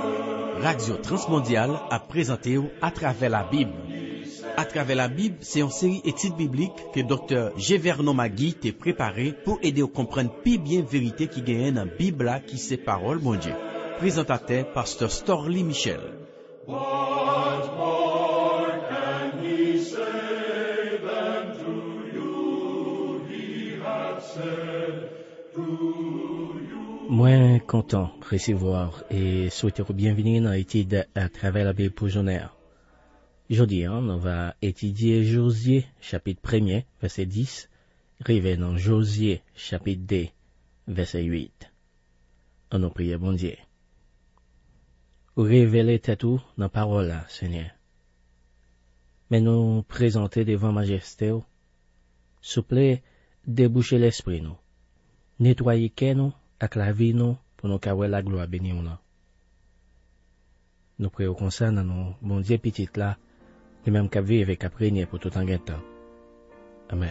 Radio Transmondiale a présenté à travers la Bible. À travers la Bible, c'est une série études bibliques que Dr. Gévernon Magui t'a préparé pour aider à comprendre plus bien la vérité qui gagne dans la Bible qui c'est parole mon Dieu. Présentateur Pasteur Storly Michel. Moins content de recevoir et souhaiter bienvenue dans l'étude à travers la Bible pour journée. Aujourd'hui, on va étudier Josué, chapitre 1er, verset 10, arrivé dans Josué, chapitre 2, verset 8. On nous prie, bon Dieu. Révélez tout dans la parole, Seigneur. Mais nous présenter devant Majesté, s'il vous plaît, débouchez l'esprit, nous. Nettoyez nous, avec la vie, nous, pour nous cacher la gloire bénie, nous. Nous prions comme ça dans nos bon Dieu petit là, et même qu'à vivre et qu'à régner pour tout un temps. Amen.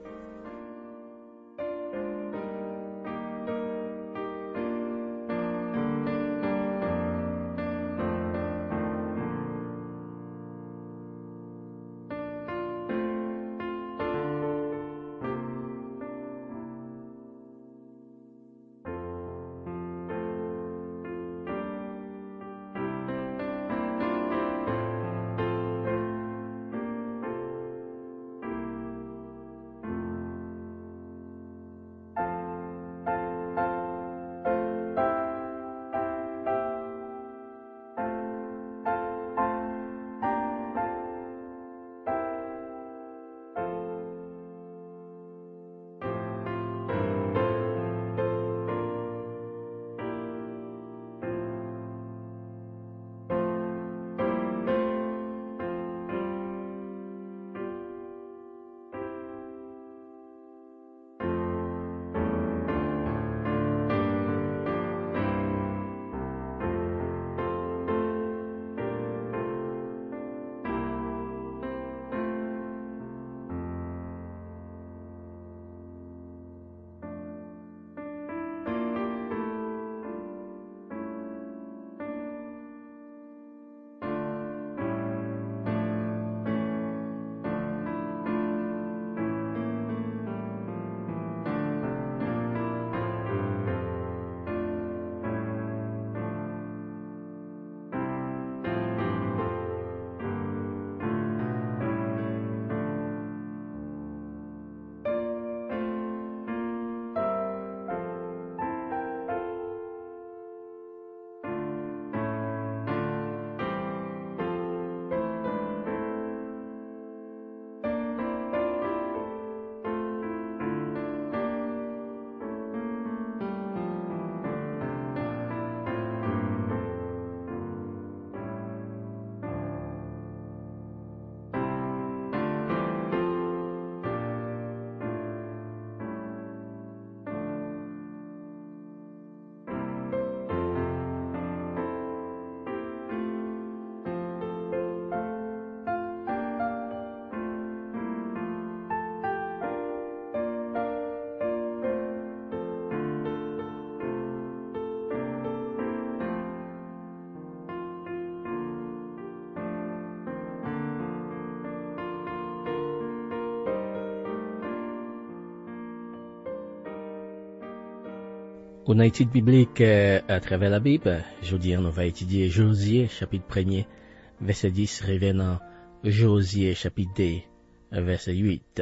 Une étude biblique à travers la Bible. Aujourd'hui, on va étudier Josué, chapitre 1er, verset 10, revenant Josué, chapitre 2, verset 8.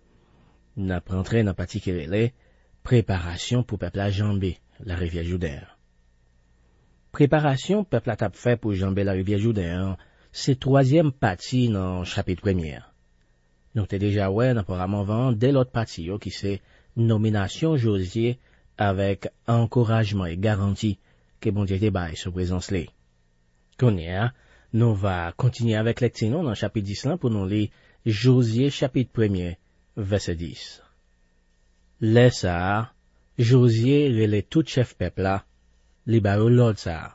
Nous apprenons dans particulier préparation pour peuple à jamber la rivière Jourdain. Préparation peuple à tap fait pour jamber la rivière Jourdain, c'est troisième partie dans chapitre 1er. Nous t'ai déjà ouais apparemment avant dès l'autre partie qui c'est nomination Josué avec encouragement et garantie que bon Dieu débaille sur présence-là. Qu'on nous va continuer avec lecture dans chapitre 10 là pour nous lire Josué chapitre 1er, verset 10. Laisse ça, Josué relève tout chef peuple là, libère l'ordre ça.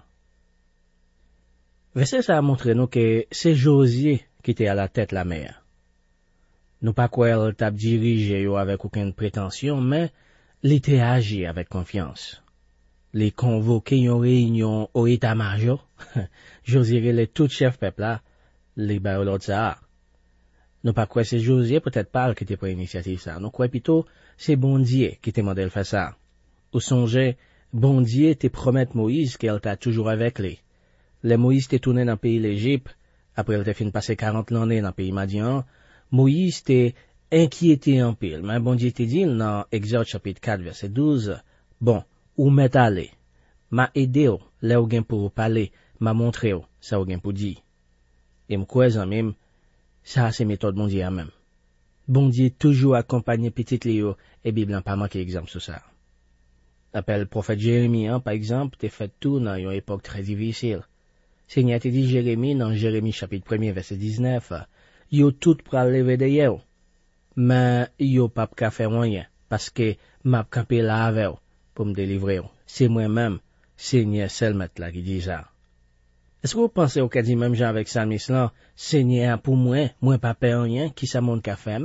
Verset ça a montré nous que c'est Josué qui était à la tête de la mer. Nous pas quoi elle t'a dirigé avec aucune prétention, mais il était agi avec confiance. les convoquer une réunion au état-major, Josué les tout chef peuple là, les ba l'autre ça. Nous pas quoi c'est Josué peut-être pas qui était pris l'initiative ça. Nous quoi plutôt c'est bon Dieu qui t'a demandé de faire ça. Ou songez, bon Dieu te promet Moïse qu'elle t'a toujours avec lui. Les Moïse t'est tourné dans le pays l'Égypte, après elle t'a fin passer 40 l'année dans le pays Madian, Moïse t'est inquiété en pile. Mais bon Dieu t'a dit dans Exode chapitre 4 verset 12, bon, ou m'est allé, m'a aidé ou, là ou gen pour parler, m'a montré ou, ça ou gen pour dire. Et m'kouez en même, ça c'est méthode bon Dieu même. Bon Dieu toujours accompagné petit Léo, et Bible n'a pas manqué exemple sur ça. Appelle le prophète Jérémie, par exemple, t'es fait tout dans une époque très difficile. Seigneur t'a dit Jérémie dans Jérémie chapitre 1 verset 19, yo tout pral lever de yo, mais yo pas qu'à faire rien, parce que m'a campé là avec pour me délivrer. C'est moi-même, Seigneur seulement là qui dit ça. Est-ce que vous pensez au cas dit même Jean avec Salmis là, Seigneur pour moi pas peur rien, qui ça monte qu'à faire?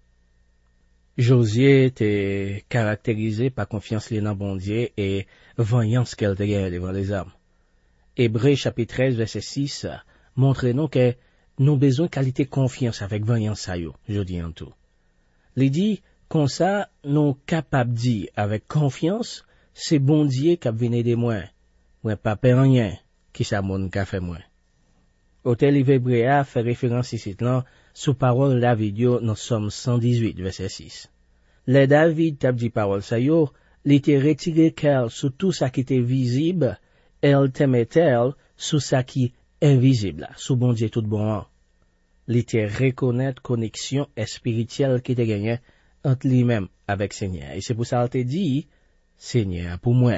Josué était caractérisé par confiance dans bon Dieu et voyance qu'elle te gagne devant les hommes. Hébreux chapitre 13 verset 6 montre-nous que nous besoin qualité confiance avec voyance ça yo, je dis en tout. Il dit comme ça nous capable dire avec confiance c'est bon Dieu qui vient de moi pas peur rien qui ça monde qu'a fait moi. Hôtel Hébreu fait référence ici là sous parole David yo dans Somme 118 verset 6. Le David t'a dit parole ça yo, il était retiré cœur sur tout ça qui était visible, elle te mettait sur ça qui est invisible, sous bon Dieu tout bon. Il était reconnaître connexion spirituelle qui était gagnée entre lui-même avec Seigneur. Et c'est pour ça qu'il te dit, Seigneur pour moi.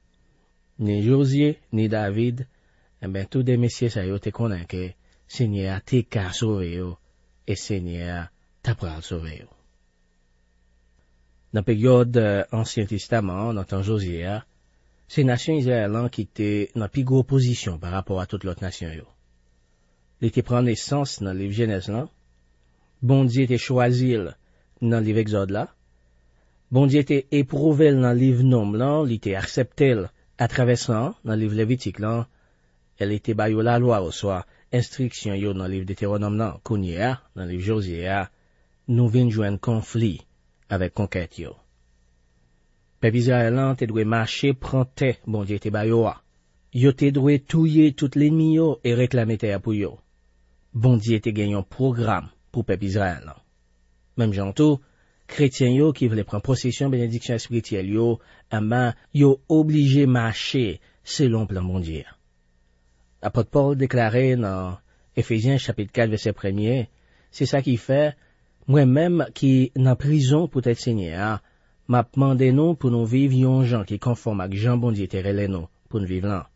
Ni Josué, ni David, eh ben, tous des messieurs ça yo te connaissent que Seigneur t'es qu'à sauver yo, et Seigneur t'a pral sauver yo. Dans la période Ancien Testament, dans le temps Josué, c'est nation israélienne qui était dans la plus grosse position par rapport à toute l'autre nation yo. Il était prend naissance dans le livre Genèse là. Bon Dieu était choisi dans le livre Exode là. Bon Dieu était éprouvé dans le livre Nom là, il était accepté à travers ça dans le livre Lévitique là. Elle était baillot la loi ou soit instruction yo dans le livre Deutéronome là, Kounia dans le livre Josué, nous vinn joindre conflit avec conquête yo. Peuple Israël te doit marcher prendre bon Dieu te baillot. Yo te doit touyer tout l'ennemi yo et réclamer terre pour yo. Bon Dieu te gagne un programme pour peuple Israël. Même jantou, chrétiens yo qui veulent prendre possession bénédiction spirituelle yo, yo obligé marcher selon plan bon Dieu. Apôtre Paul déclarait dans Éphésiens chapitre 4 verset 1er, c'est ça qui fait, moi-même qui dans prison pour être Seigneur, m'a demandé nous pour nous vivre yon gens qui conforme avec Jean bon Dieu terrelé nous pour nous vivre là.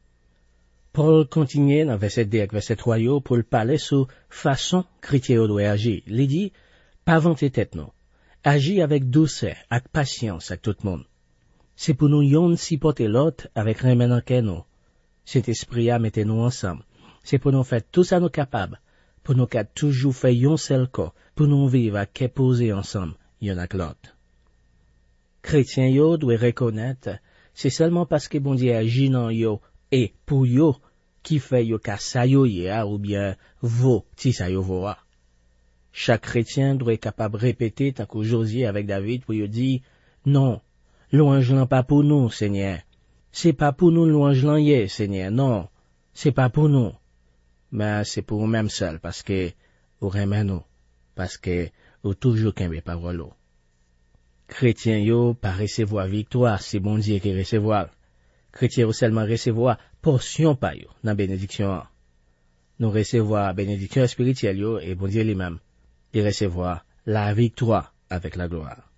Paul continue dans verset 2 et verset 3 yo pour le parler sur façon chrétien doit agir. Il dit, pas vanter tête non. Agir avec douceur, avec patience avec tout le monde. C'est pour nous yon supporter l'autre avec remède en nous. Cet esprit a mette nous ensemble. C'est pour nous faire tout ça nous capables. Pour nous qu'à toujours faire yon seul corps. Pour nous vivre à qu'est poser ensemble, yon avec l'autre. Chrétien yo doit reconnaître, c'est seulement parce que bon Dieu agit dans yo et pour yo qui fait yo ka sa yo ya ou bien vo ti sa yo voa. Chaque chrétien doit être capable de répéter tant que Josué avec David pour yo dire non, louange là pas pour nous Seigneur. C'est pas pour nous louange là yé Seigneur, non. C'est pas pour nous. Mais c'est pour nous même seul parce que ou remet nous parce que ou toujours kembe parole. Chrétien yo pas recevoir victoire, c'est bon Dieu qui recevoir. Chrétien ou seulement recevoir portion pa yo dans bénédiction. Nous recevoir bénédiction spirituelle yo et bon Dieu lui-même, il recevoir la victoire avec la gloire.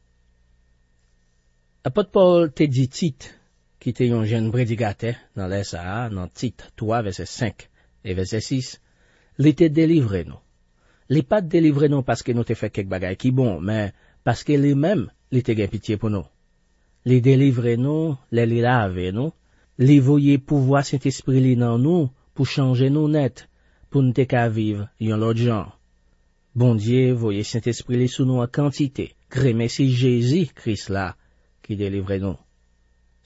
Apôtre Paul te dit Tite, qui était un jeune prédicateur dans l'Esa, dans Tite 3 verset 5 et verset 6, l'été délivré nous. Les pas délivré nous parce que nous te fait quelque bagaille qui bon, mais parce que lui-même, il te gagne pitié pour nous. Les délivrer nous, les laver nous, les voyer pouvoir cet esprit li dans nous pour changer nous net, pour nous te vivre yon l'autre genre. Bon Dieu, voyez cet esprit li sous nous en quantité, crémé si Jésus Christ là qui délivre nous.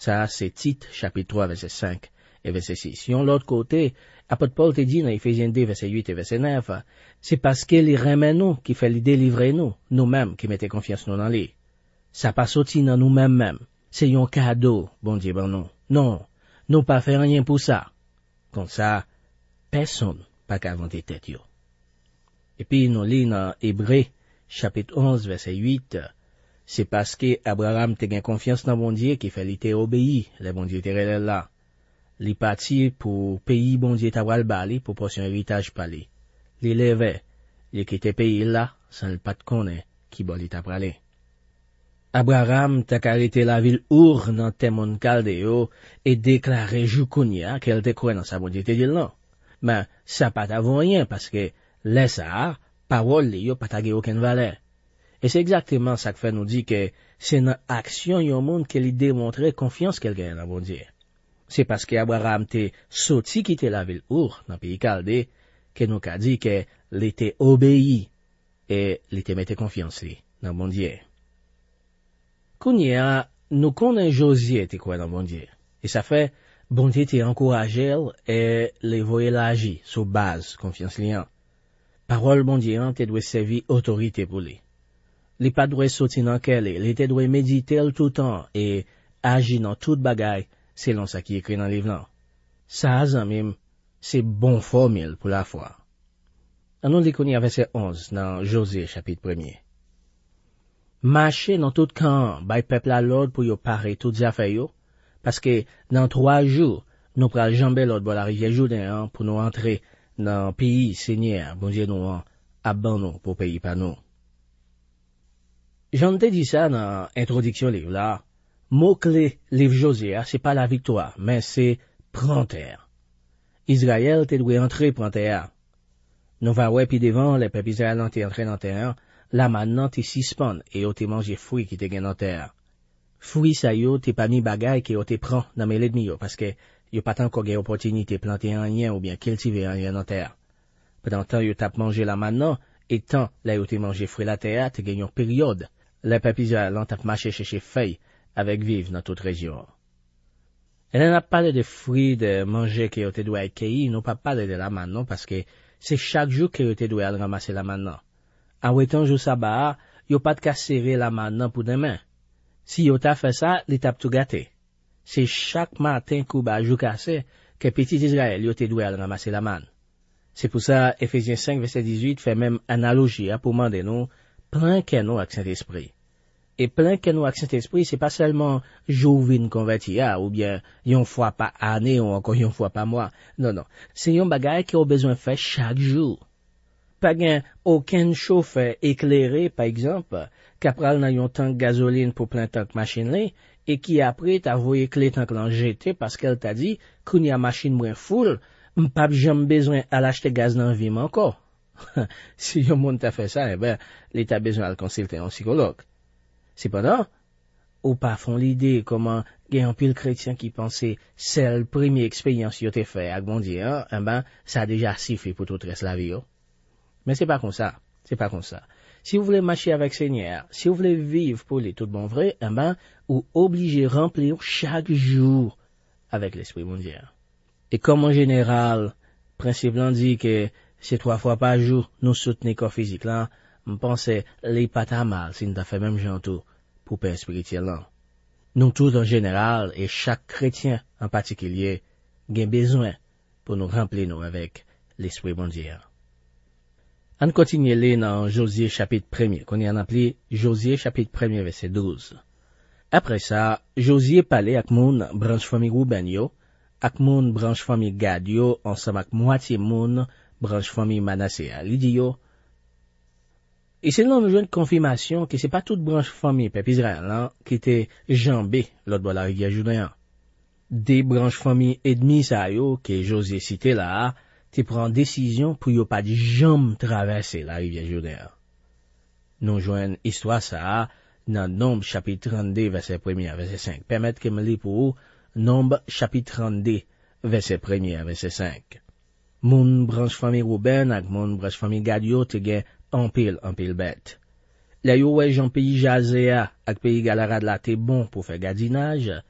Ça, c'est Tite, chapitre 3, verset 5 et verset 6. Si on l'autre côté, apôtre Paul te dit dans Ephésiens 2, verset 8 et verset 9, c'est parce qu'il les remet nous qui fait les délivrer nous, nous-mêmes qui mettez confiance nous dans lui. Ça pas sorti dans nous-mêmes. C'est un cadeau, bon Dieu, ben non. Non, nous pas fait rien pour ça. Comme ça, personne pas qu'à inventer tête yo. Et puis, nous lisons dans Hébreux, chapitre 11, verset 8, c'est parce que Abraham te gain confiance dans bon Dieu qui fait l'ité obéi, le bon Dieu te relève là. Li parti pour pays bon Dieu t'a le bali pour portion héritage palé. Li levé, li quitté pays là, sans le pas de connaître qui bon li t'a pralé. Abraham t'a arrêté la ville Our dans Temon Caldéo et déclaré Joukounia qu'elle te croit dans sa bon Dieu te dit non. Mais ça pas t'avou rien parce que laisse ça, parole li yo pas t'a aucune valeur. Et c'est exactement ça que fait nous dit que c'est dans action yon monde qu'elle y démontrer confiance qu'elle gagne dans bon Dieu. C'est parce que Abraham t'est sorti quitter la ville Our dans pays Caldé que nous qu'a dit que l'était obéi et l'était mettait confiance li dans bon Dieu. Kounia, nous connaissons Josué te quoi dans bon Dieu. Et ça fait bon Dieu t'est encouragé et les voyer l'agir sur base confiance liant. Parole bon Dieu te doit servir autorité pour lui. Li pas doit sortir dans quel il te doit méditer tout le temps et agir dans toute bagaille selon ça qui est écrit dans le livre là. Ça même c'est bon formule pour la foi. On lit Kounia verset 11 dans Josué chapitre 1er. Marcher dans tout camp, bay peuple à l'ordre pour y parer toutes affaires yo, parce que dans 3 jours, nous pral jamber l'autre bord la rivière Jourdain pour nous entrer dans pays Seigneur, bon Dieu nous abandon pour pays par nous. J'en ai dit ça dans introduction livre là. Mot clé livre Josué, c'est pas la victoire, mais c'est prendre terre. Israël te doit entrer prendre terre. Nous va ouais puis devant les peuples Israël te entrer dans terre. Là maintenant t'es suspend et yo te manger fruit qui te gen dans terre. Fruit ça yo t'es pas mis bagay qui yo te prend dans mes l'ennemi yo parce que yo pas encore gen opportunité planter un rien ou bien cultiver un rien dans terre. Pendant temps yo t'a mangé là maintenant et tant là yo te manger fruit la terre te gen une période. Les peuples Israël t'a marché chercher feuilles avec vivre dans toute région. Elle n'a pas parlé de fruits de manger que yo te doit cueillir, non pas parler de la maintenant parce que c'est chaque jour que yo te doit ramasser la maintenant. En wetan jou sabbat, yo pas de ka serrer la maintenant pour demain. Si yo t'a fait ça, l'étape tout gâté. C'est chaque matin kou ba jou cassé que petit Israël yo te doit ramasser la manne. C'est pour ça, Ephésiens 5, verset 18 fait même analogie pour demander nous, plein que nous avec Saint-Esprit. Et plein que nous avec Saint-Esprit, c'est pas seulement jouvin converti, ou bien yon fois par année ou encore yon fois par mois. Non, non. C'est yon bagay qui a besoin de faire chaque jour. Pas gen aucun chauffeur éclairé, par exemple, qu'apral nan yon tank gasoline pour plein tank machine li, et qui après t'a voyé clé tank lan jeté parce qu'elle t'a dit, qu'on y a machine moins full, m'pap jamais besoin à l'acheter gaz nan vim encore. Si yon moun t'a fait ça, eh ben, l'État besoin de consulter un psychologue. Cependant, ou pas font l'idée comment gen un pile chrétien qui pensait celle première expérience yo te fait avec bon Dieu, eh ben, ça a déjà suffi pour tout reste la vie yo. Mais c'est pas comme ça. C'est pas comme ça. Si vous voulez marcher avec Seigneur, si vous voulez vivre pour les tout bon vrai, eh ben, ou obligé remplir chaque jour avec l'Esprit mondial. Et comme en général, principe l'on dit que c'est 3 fois par jour, nous soutenons corps physique là, me pensais, les pas ta mal, si nous t'a fait même gentil pour père spirituel là. Nous tous en général, et chaque chrétien en particulier, gain besoin pour nous remplir nous avec l'Esprit mondial. On continue là dans Josué chapitre 1er, qu'on y a appelé Josué chapitre 1er verset 12. Après ça, Josué parlait avec moun branche famille Rouben yo, avec moun branche famille Gad yo, ensemble avec moitié moun branche famille Manassé. Il dit yo, et c'est là nous joue une confirmation que c'est pas toute branche famille peuple Israël là qui était jambé l'autre bord la rivière Jourdain. Des branches famille ennemies ça yo que Josué cité là, te prend décision pour yo pas de jamais traverser la rivière Jourdain. Nous joignons histoire ça dans Nombre chapitre 32 verset 1er verset 5. Permettez que me lis pour vous Nombre chapitre 32 verset 1er verset 5. Moun branche famille Rouben ak moun branche famille Gad yo te gen en pile bête. La yo wè jan pays Jazéa ak pays Galarad la te bon pour faire gadinage,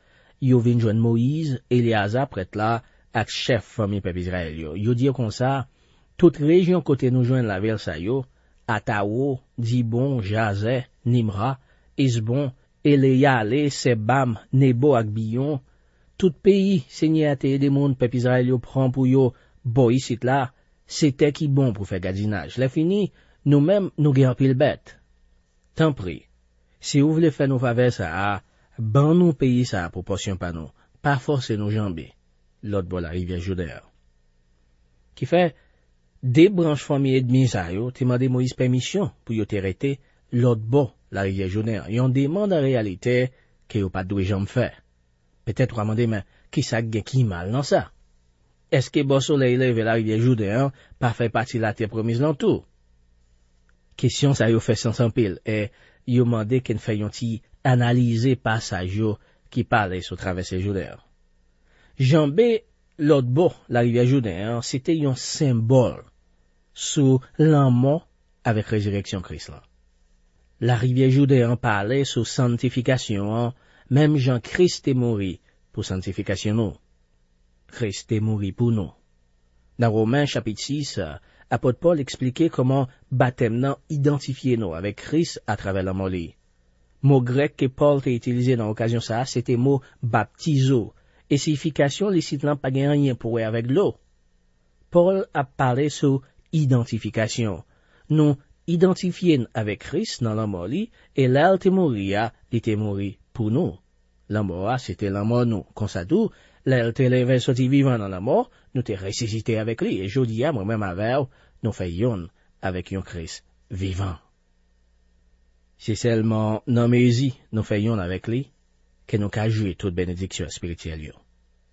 yo vin joindre Moïse, Éléazar prêtre là, ak chef famille peuple Israël yo. Yo dit comme ça, toute région côté nous joindre la ville sa yo, Atawo, Dibon, Jazé, Nimra, Esbon, Eleyale, Sebam, Nebo ak Bion, tout pays seigneur te des monde peuple Israël yo prend pour yo boy sit là, c'était qui bon pour faire gadinage. La fini, nous-mêmes nous gagnons pile bête. Tant pis. Si vous voulez faire nos faveurs ça, ban nous pays ça proportion pas nous, pas forcer nos jambes. L'autre bord la rivière Jourdain. Qui fait des branches familles et demi ça yo, te demandé Moïse permission pour yo t'arrêter l'autre bord la rivière Jourdain. Et on demande en réalité que yo pas doué jambes faire. Peut-être on demander mais qui ça gagne qui mal dans ça? Est-ce que bon soleil lève la rivière Jourdain pas fait partie de la terre promise dans tout? Question ça yo fait sans pile et yo mandé qu'on fait yon ti analyser passage yo qui parlait sur traverser Jourdain. Jambé l'autre bord la rivière Jourdain, c'était un symbole sous l'amour avec résurrection Christ là. La rivière Jourdain parlait sur sanctification, même Jean-Christ est mort pour sanctification nous. Christ est mort pour nous. Dans Romains chapitre 6, apôtre Paul expliquait comment baptême nan identifier nous avec Christ à travers la mort. Mot grec que Paul a utilisé dans l'occasion ça, c'était mot baptizo. Et signification, les sites là pas rien pour avec l'eau. Paul a parlé sur identification. Nous identifier avec Christ dans la mort et là il était mort pour nous. La mort c'était la mort nous. Comme ça tout, là il levé sorti vivant dans la mort, nous t'es ressuscité avec lui et jodi a moi-même avec nous faisons avec un Christ vivant. C'est seulement dans Mésie nous faisons avec lui que nous ca jouer toute bénédiction spirituelle yo.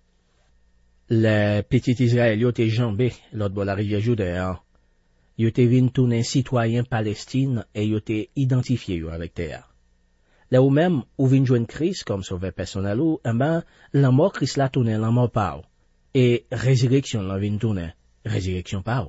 Les petits Israël yo te jambé l'autre bord la rivière Jourdain. Yo te vin tourner citoyen Palestine et yo te identifié yo avec terre. Là ou même ou vin joindre Christ comme sauveur personnel ou la mort Christ la tourner la mort pas et résurrection la vin tourner résurrection pas.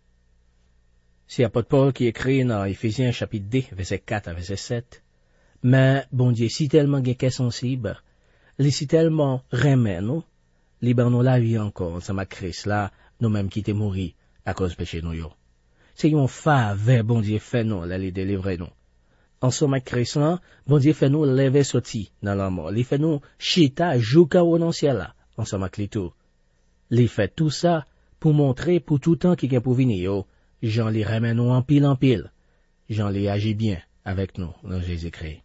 C'est apôtre Paul qui écrit dans Éphésiens chapitre 2 verset 4 à verset 7. Mais bon Dieu si tellement gen sensible, li si tellement remet nous, libre nous la vie encore ensemble avec Christ là, nous même qui t'es mouri à cause péché nous yo. C'est yon faveur bon Dieu fait nous la li délivrer nous. Ensemble avec Christ là, bon Dieu fait nous lever sorti dans la mort, li fait nous chita jouka au dans ciel là, ensemble avec li tout. Li fait tout ça pour montrer pour tout temps qui gen pour venir yo, Jean li remet nous en pile, Jean li agit bien avec nous dans Jésus-Christ.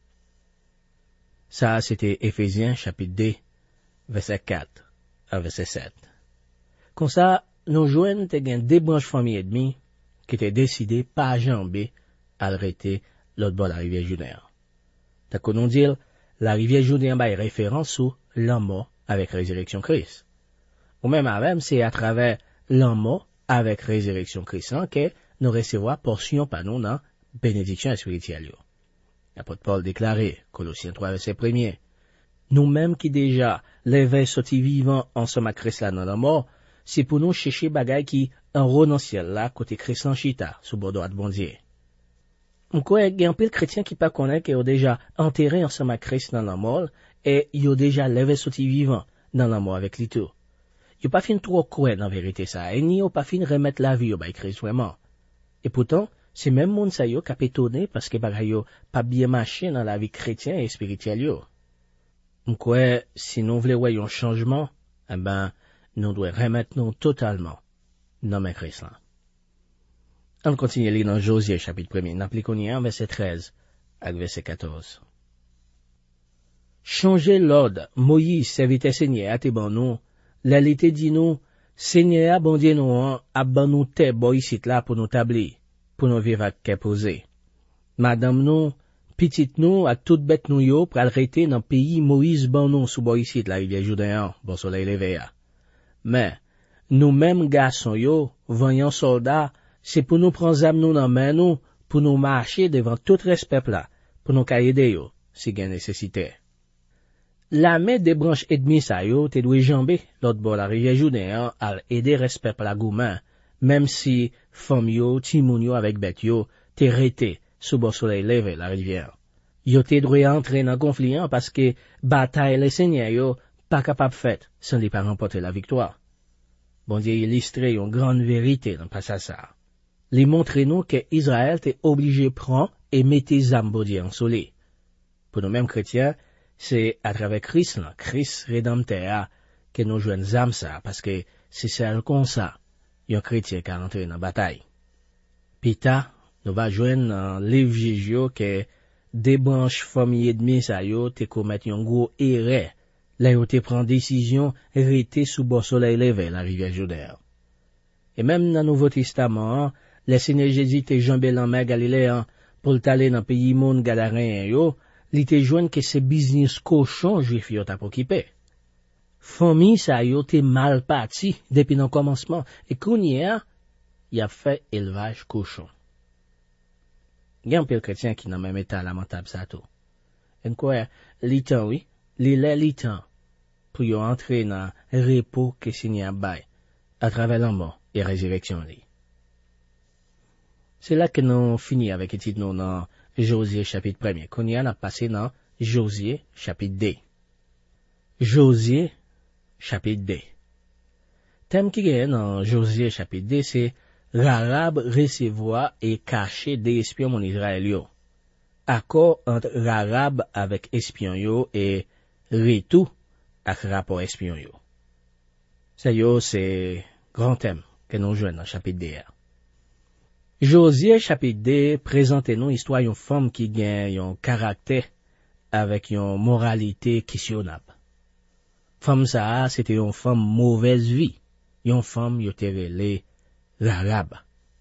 Ça, c'était Éphésiens chapitre 2, verset 4 à verset 7. Comme ça, nous joignent des branches familles et demie qui étaient décidées pas jamber à arrêter l'autre bord de la rivière Jourdain. T'as qu'on nous dit, la rivière Jourdain a référence sur l'amour avec résurrection Christ. Ou même avec, c'est à travers l'amour avec résurrection Christ que nous recevons portion par nous dans bénédiction spirituelle. L'apôtre Paul déclarait, Colossiens 3, verset 1er, nous-mêmes qui déjà levé sorti vivant ensemble avec Christ là dans la mort, c'est pour nous chercher bagay qui en renonciel là, côté Christ en chita, sous bord droit de bon Dieu. On croit qu'il y a un peu de chrétiens qui pas connaît qu'ils ont déjà enterré ensemble avec Christ dans la mort, et ils ont déjà levé sorti vivant dans la mort avec lui tout. Ils n'ont pas fin trop croire dans la vérité ça, et ni ont pas fin remettre la vie au bail Christ vraiment. Et pourtant, c'est même moun sa yo qui a étonné parce que bagay yo pas bien marché dans la vie chrétienne et spirituelle yo. M'kwe, si nous voulons voir un changement, nous devons remettre nous totalement dans mes Christ là. On continue à lire dans Josué chapitre 1er, n'appliquons verset 13 à verset 14. Changez l'ordre, Moïse serviteur Seigneur à te ban nous, l'alité dit nous, Seigneur bon Dieu nous a ban nous te boy ici là pour nous tablir. Pour nous vivre avec qu'est posé. Madame nous, petite nous, à toute bête nous yo, pral rete dans pays Moïse ban nous sous boy ici, la rivière Jourdain, bon soleil levé. Mais, nous-mêmes garçons yo, voyant soldats, c'est pour nous prendre âme nous dans main nous, pour nous marcher devant tout respect là, pour nous aider yo, si gain nécessité. La main des branches ennemies sa yo, te doué jamber, l'autre bord la rivière Jourdain, à aider respect la goumen, même si femme yo, timoun yo avec bête yo, te rete sous bon soleil levé la rivière. Yo te droit entrer dans conflit parce que bataille les seigneurs yo pas capable fait sans les pas remporter la victoire. Bon Dieu illustre une grande vérité dans le passage ça. Les montrer nous que Israël était obligé de prendre et mettre les âmes bon Dieu en soleil. Pour nous-mêmes chrétiens, c'est à travers Christ, là, Christ rédempteur, que nous jouons les âmes ça, parce que c'est celle comme ça, un chrétien qui a entré dans la bataille. Puis nous va joindre dans le livre Jésus que des branches familles de ça yo te commettent un gros erreur. Là yo te prend décision rester sous bord soleil levé la rivière Jourdain. Et même dans le Nouveau Testament, le Seigneur Jésus te jambé en mer Galiléen pour t'aller dans le pays monde Gadaréen yo, li te joindre que c'est business cochon juif yo t'a occupé. Famille ça yo te mal parti depuis le commencement et kounya y a fait élevage cochon. Il y a un peu de chrétiens qui n'ont même état lamentable ça tout. Et quoi, l'étant, oui, l'étant, pour y entrer dans le repos que Seigneur bail, à travers la mort et la résurrection. C'est là que nous finissons avec l'étude nous dans Josué chapitre 1er. Qu'on y a passé dans Josué chapitre 2. Josué chapitre 2. Thème qui est dans Josué chapitre 2, c'est Rahab recevoir et cacher des espions en Israël yo. Accord entre Rahab avec espion yo et Ritou avec rapport espion yo. Ça yo c'est grand thème que nous jouons dans chapitre 2. Josué chapitre 2 présente nous histoire d'une femme qui gagne un caractère avec une moralité questionnable. Femme ça c'était une femme mauvaise vie, une femme yo te révélé Rahab.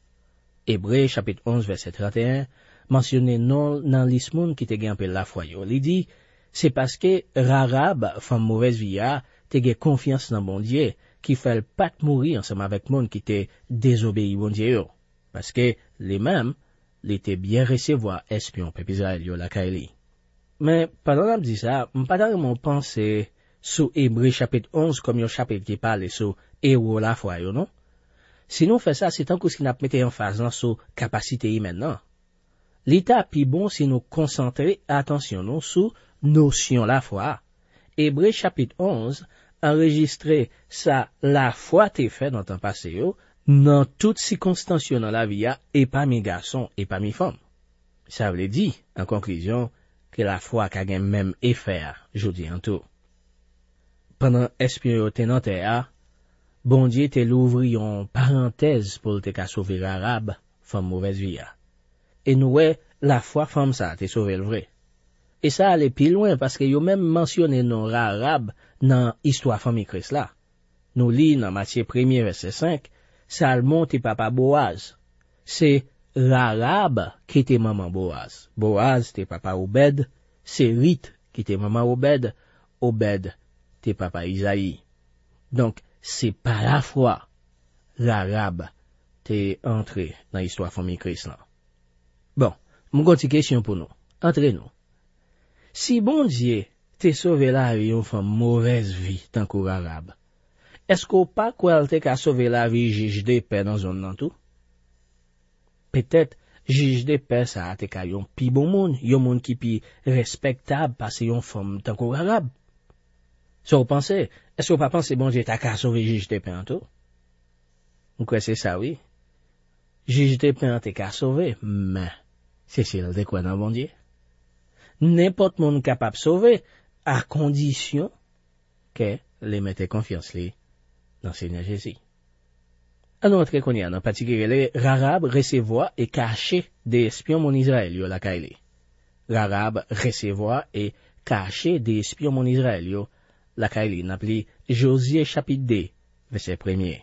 Hébreu chapitre 11 verset 31 mentionne non dans l'ismoun qui te gen peu la foi yo. Il dit c'est parce que Rahab femme mauvaise vie a te gen confiance dans bon Dieu qui fait pas mourir ensemble avec monde qui te désobéi bon Dieu yo. Parce que les mêmes l'étaient bien recevoir espion peuple Israël yo la kaili. Mais pendant qu'on dit ça, m'pas vraiment penser sur Hébreu chapitre 11 comme un chapitre qui parle sur héros la foi yo non. Si nous fait ça, c'est tant que ce qui n'a pas mis en phase sur capacité humaine, non. L'état plus bon si nous concentrer attention nous sur notion la foi. Hébreu chapitre 11 enregistré ça la foi t'est fait dans ton passé yo, dans toutes circonstances dans la vie et pas mes garçons et pas mes femmes. Ça veut dire en conclusion que la foi qu'a gain même effet jodi en tout. Pendant espion te dans terre, bon Dieu te l'ouvri en parenthèse pour te sauver Rahab, femme mauvaise vie. Et nous, la foi femme ça te sauvé le vrai. Et ça allait plus loin parce que yo même mentionné non Rahab dans histoire famille Christ là. Nous lit dans Matthieu 1er verset 5, Salmon te papa Boaz. C'est Rahab qui était maman Boaz. Boaz te papa Obed, c'est Ruth qui était maman Obed, Obed te papa Isaïe. Donc c'est par la foi, Rahab t'es entré dans l'histoire famille Christ là. Bon, mon petite question pour nous. Entre nous. Si bon Dieu t'es sauvé la vie une femme mauvaise vie tant que Rahab, est-ce qu'on pas quoi t'es qu'à sauver la vie juge de paix dans zone nan tout? Peut-être juge de paix ça t'es qu'à yon pi bon monde, yon monde qui pi respectable parce yon femme tant que Rahab. Si vous pensez, est-ce que vous pas pensez bon Dieu t'a qu'à sauver juge de paix en tout? Vous croyez c'est ça, oui? Juge de paix t'a qu'à sauver, mais c'est celle de quoi dans bon Dieu? N'importe monde capable de sauver, à condition que les mette confiance li dans Seigneur Jésus. À notre qu'on y a, en particulier, Rahab recevoir et cacher des espions mon Israël, yo la kaili. Rahab recevoir et cacher des espions mon Israël, yo la kaili, n'appli Josué chapitre 2, verset 1er.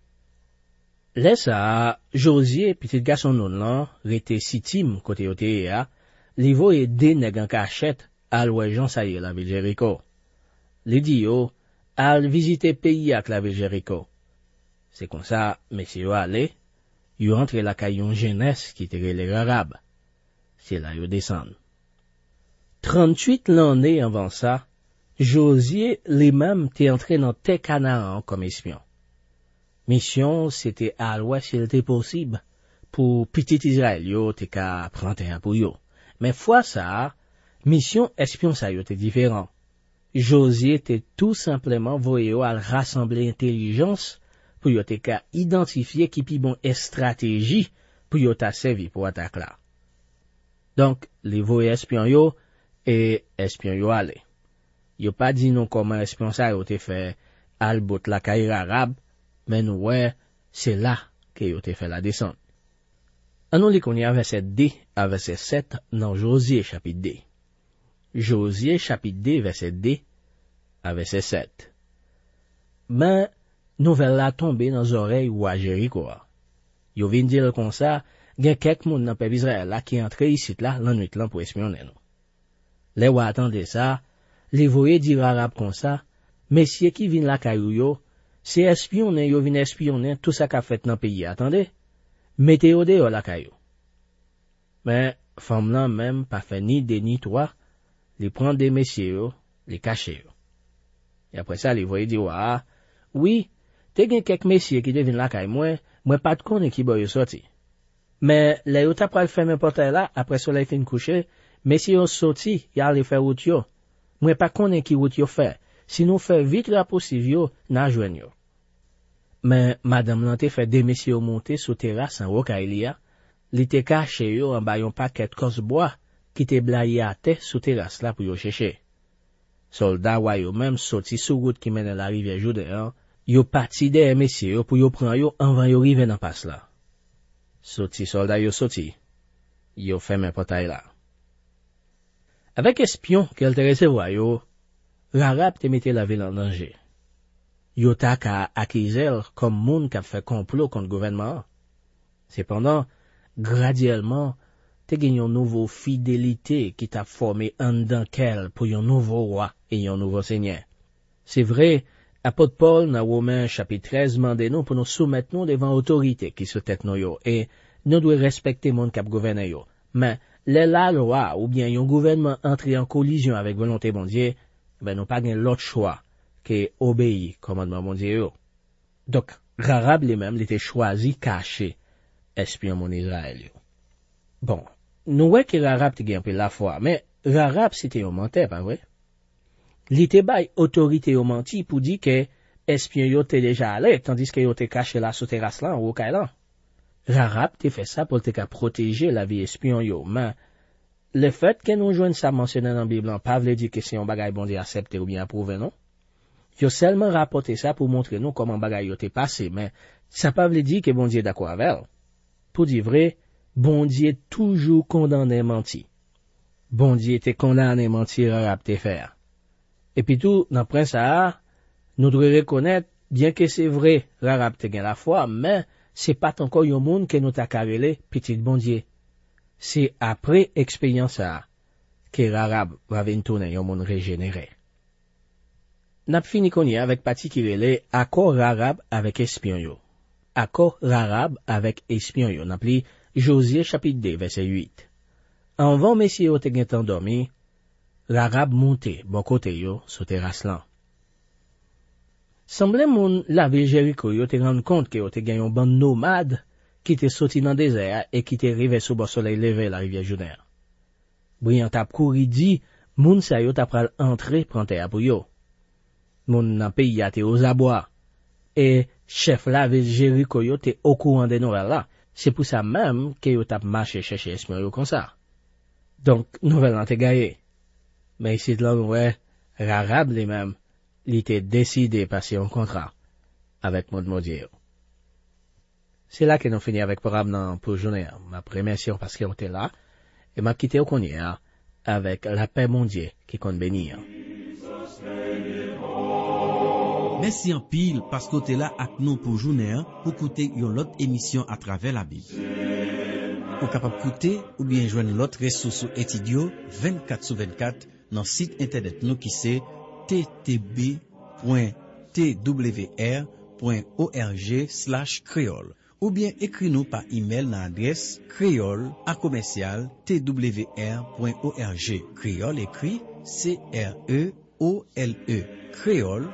Laissa, Josué, petit garçon non là, rete sitim côté yote ya, li voye de nèg en cachette, al wè Jean sa y la ville Jéricho. Li di yo, al visiter pays ak la ville Jéricho. C'est comme ça, messieurs yo allé, yo entre la caillon jeunesse qui te relè Rahab. C'est là yo descend. 38 l'année avant ça, Josué lui-même t'est entré dans terre Canaan comme espion. Mission, c'était à l'ouest s'il était possible, pour petit Israël yo t'es qu'à prendre un pour yo. Mais fois ça, mission espion ça yo t'es différent. Josué était tout simplement voyé à rassembler intelligence pour y te ka identifier qui pi bon stratégie pour y ta servi pour attaque là. Donc, les voyés espions yo et espions yo allé. Yo pas dit non comment espion ça yo te fait al bot la caille arabe, mais nous ouais, c'est là que yo te fait la descente. An nou li konye verset 2 à verset 7 dans Josué chapitre 2. Josué chapitre 2 verset 2 à verset 7. Ben, nouvelle la tombe dans oreilles ou à Jéricho. Yo vin dire comme ça, gen quelques moun dans peuple Israël là qui entre ici là l'ennui là pour espionner nous. Les ou attendez ça, les voyez dire arabe comme ça, messieurs qui vinn la kayou yo, c'est espionner yo vinn espionner tout ça qu'a fait dans pays, attendez. Mettez au dehors la kayou. Mais femme là même pas fait ni deux ni trois, les prendre des messieurs yo, les cacher yo. Et après ça les voyez dire ah, oui, te gen quelques messieurs qui devine la kay moi pas de connait qui boy sorti. Mais les yo t'a pral fermer portail là après soleil fin coucher, messieurs yo sorti, y aller faire route yo. Moi pas connait qui route yo fait. Sinon fait vite la possible yo na joindre yo. Mais madame lan te fait des messieurs monter sous terrasse en Rokailia, li te caché yo en bas yon paquet cos bois qui te blaye à terre sous terrasse là pour yo chercher. Soldat wa yo même sorti sous route qui mène à la rivière Jourdain, yo parti des messieurs pour yo prendre yo avant yo rive dans passe là. Sorti soldat yo sorti. Yo ferme portail là. Avec espion qu'elle te recevoir yo, l'arabe te mette la ville en danger. Yo ta ka accuser comme moun qui a fait complot contre gouvernement. Cependant, graduellement, te gen yon nouveau fidélité qui t'a formé en dans quel pour yon nouveau roi et yon nouveau seigneur. C'est vrai, apôtre Paul dans Romains chapitre 13 mande nous pour nous soumettre nous devant autorité qui se tête nous yo et nous devons respecter moun qui a gouverné yo. Mais la loi ou bien yon gouvernement entrer en collision avec volonté bon Dieu, ben nous pas gen l'autre choix que obéir commandement bon Dieu. Donc, Rahab lui-même l'était choisi caché espion mon Israël. Bon, nous voyons que Rahab te gen peu la foi, mais Rahab c'était un menteur, pas vrai? Li te bay autorité au menti pour dire que espion yo te déjà allé, tandis que yo te caché la sous terrasse là, au Kailan. Rahab te fait ça pour te protéger la vie espion yo, mais le fait que nous joignent ça mentionné dans la Bible, pas veut dire que c'est un bagay bon Dieu accepté ou bien approuvé, non? Yo seulement rapporté ça pour montrer nous comment bagay yo te passé, mais ça pas veut dire que bon Dieu d'accord avec elle. Pour dire vrai, bon Dieu toujours condamné menti. Bon Dieu te condamné mentir Rahab te faire. Et puis tout, dans prince ça, nous devons reconnaître, bien que c'est vrai, Rahab te gen la foi, mais c'est pas encore yon moun que nous t'a carrelé petit bon Dieu. C'est après expérience ça que Rahab va venir tourner yon moun régénéré. N'a fini konye avec parti qui relè accord Rahab avec espion yo. Accord Rahab avec espion yo. N'a pli Josué chapitre 2 verset 8. Avant messieurs yo te gen endormi, Rahab monte bon côté yo sous terrasse lan. Semble moun la ville Jéricho yo te rendre compte que yo te gen yon bande nomade qui te sorti dans désert et qui te rive sous bon soleil levé la rivière Jourdain. Brillant tap kouri di, moun sa yo tap pral entrer prendre terre pour yo. Moun nan pays a te aux abois. Et chef la ville Jéricho yo te au courant de nouvelles là. C'est pour ça même que yo tap marché chercher espion yo comme ça. Donc, nouvelle nan te gaye. Mais ici de là, ouais, Rahab lui-même, il était décidé passer un contrat avec mon Dieu. C'est là que nous finissons avec programme pour journée. Ma première mission parce qu'on était là, et m'a quitté au Connier avec la paix mondiale qui compte bénir. Merci en pile parce que t'es là avec nous pour journée pour écouter une autre émission à travers la Bible. Pour capable écouter ou bien joindre l'autre ressource étudio 24/24 dans le site internet nous qui c'est ttb.twr.org/creole ou bien écris-nous par email dans l'adresse creole@twr.org. Creole écrit CREOLE. Creole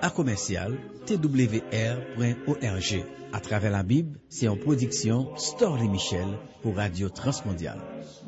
@twr.org. À travers la Bible, c'est en production Storlie Michel pour Radio Transmondiale.